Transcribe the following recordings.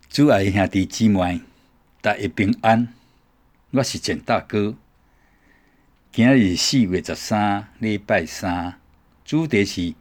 主爱兄弟姊妹，大家平安。我是简大哥。今日4月13，礼拜三，主题是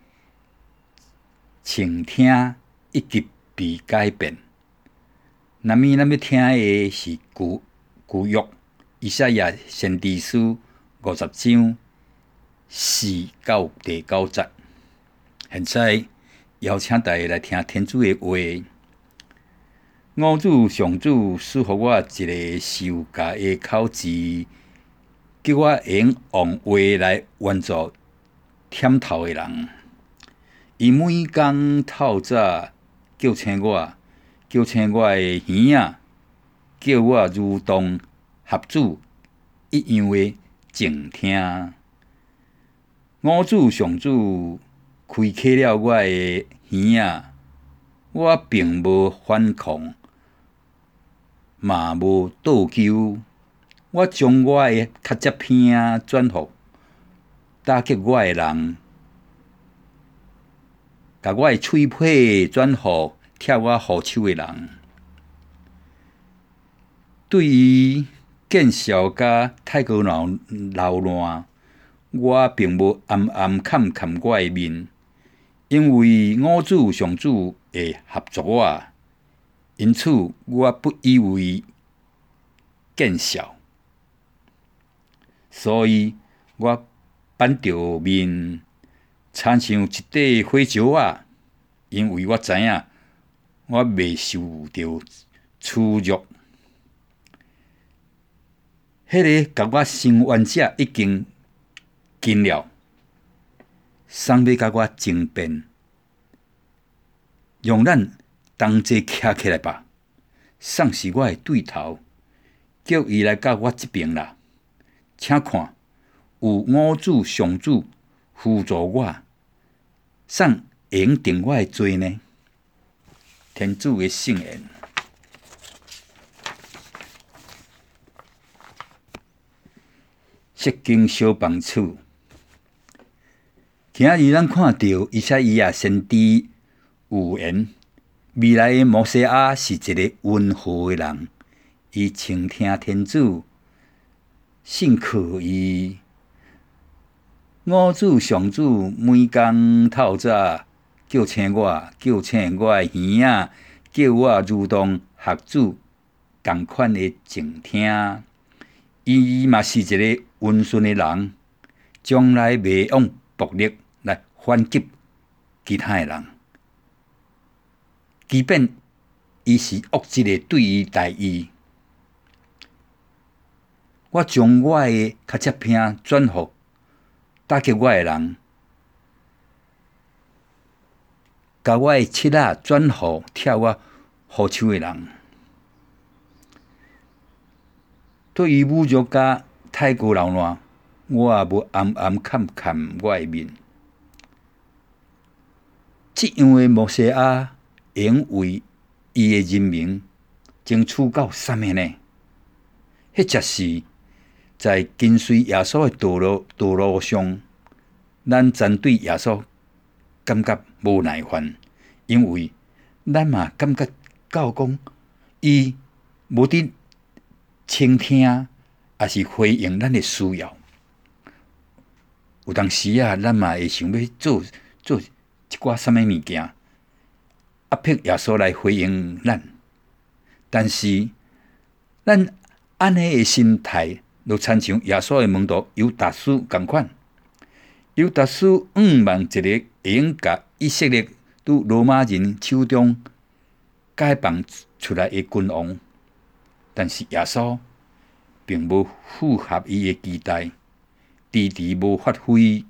倾听以及被改变。咱要听的是旧约以赛亚先知书50章4到第9节。现在邀请大家来听天主的话。我主上主赐予我一个受教的口齿，叫我会用话来援助忝头的人。伊每工透早叫醒我的耳仔，叫我如同合主一样的静听。我主上主开启了我的耳仔，我并无反抗。嘛无倒求，我将我的较接片转互打击我的人，甲我的喙皮转互拆我护手的人。对于见笑甲太过闹乱，我并无暗砍我的面，因为我主上主会合作我。因此，我不以为见笑，所以我板着面，亲像一块火石仔，因为我知影我未受着耻辱。迄个甲我生冤者已经近了，送要甲我争辩，让咱同齐徛起来吧！送是我的对头，叫伊来到我这边啦。请看，有我主上主辅助我，送会用定我的罪呢？天主的圣言。释经小帮手，今日咱看到以赛亚先知有言。未来的摩西亚是一个温和的人，伊倾听天主，信靠伊。我主上主每工透早叫醒我的耳仔，叫我如同学主同款的静听。伊嘛是一个温顺的人，从来袂用暴力来反击其他的人。即便伊是恶质的对伊待伊，我将我的较接片转互打击我的人，甲我的七仔转互拆我护手的人。对于侮辱甲太过扰乱，我也无暗砍我的面。这样的摩西亚会用为伊的人民争取到啥物呢？迄就是在跟随耶稣的道路上，咱针对耶稣感觉无耐烦，因为咱嘛感觉到讲伊无伫倾听，也是回应咱的需要。有当时啊，咱嘛会想要做一寡啥物物件，压迫耶稣来回应咱，但是咱安尼的心态，就亲像耶稣的门徒犹达斯同款。犹达斯望一个会用甲以色列伫罗马人手中解放出来的君王，但是耶稣并无符合伊的期待，迟迟无发挥。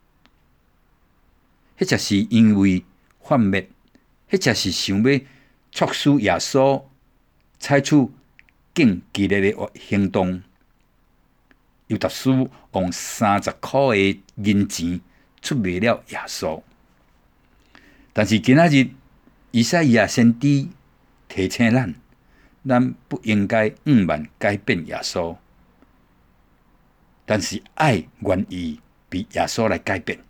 迄就是因为幻灭。迄才是想要促使耶稣采取更激烈的行动。犹达斯用30块的银钱出卖了耶稣。但是今仔日以赛亚先知提醒咱不应该慢改变耶稣，但是爱愿意被耶稣来改变。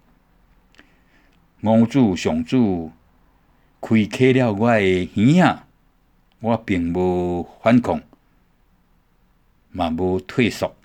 我主上主开启了我的耳仔， 我并无反抗，嘛无退缩。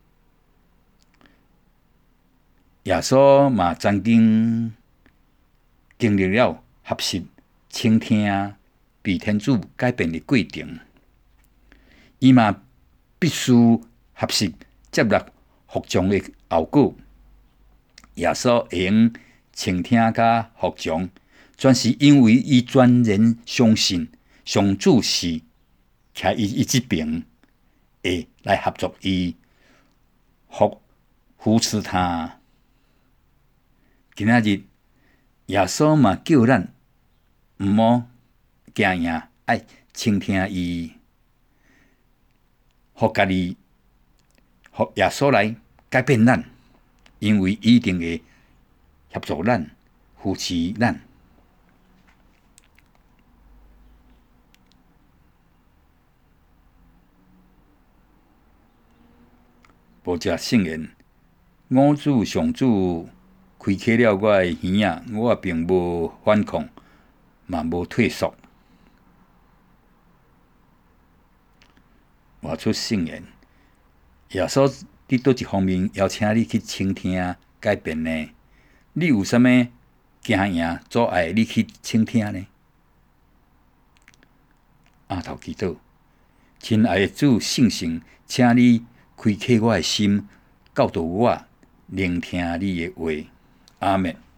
耶稣嘛曾经经历了合适倾听被天主改变的过程，伊嘛必须合适接纳服从的后果。耶稣会用倾听甲服从，全是因为伊全然相信上主是徛伊这边，会来合作伊，扶持他。今仔日耶稣嘛叫咱毋好惊赢，爱倾听伊，互家己，互耶稣来改变咱，因为伊一定会协助咱、扶持咱。无食圣言，我主上主开启了我的耳仔，我并无反抗，嘛无退缩。活出圣言，耶稣伫倒一方面邀请你去倾听、改变呢？你有啥物惊赢阻碍你去倾听呢？阿头祈祷，亲爱的主圣神，请你开启我的心，教导我聆听你的话。阿们。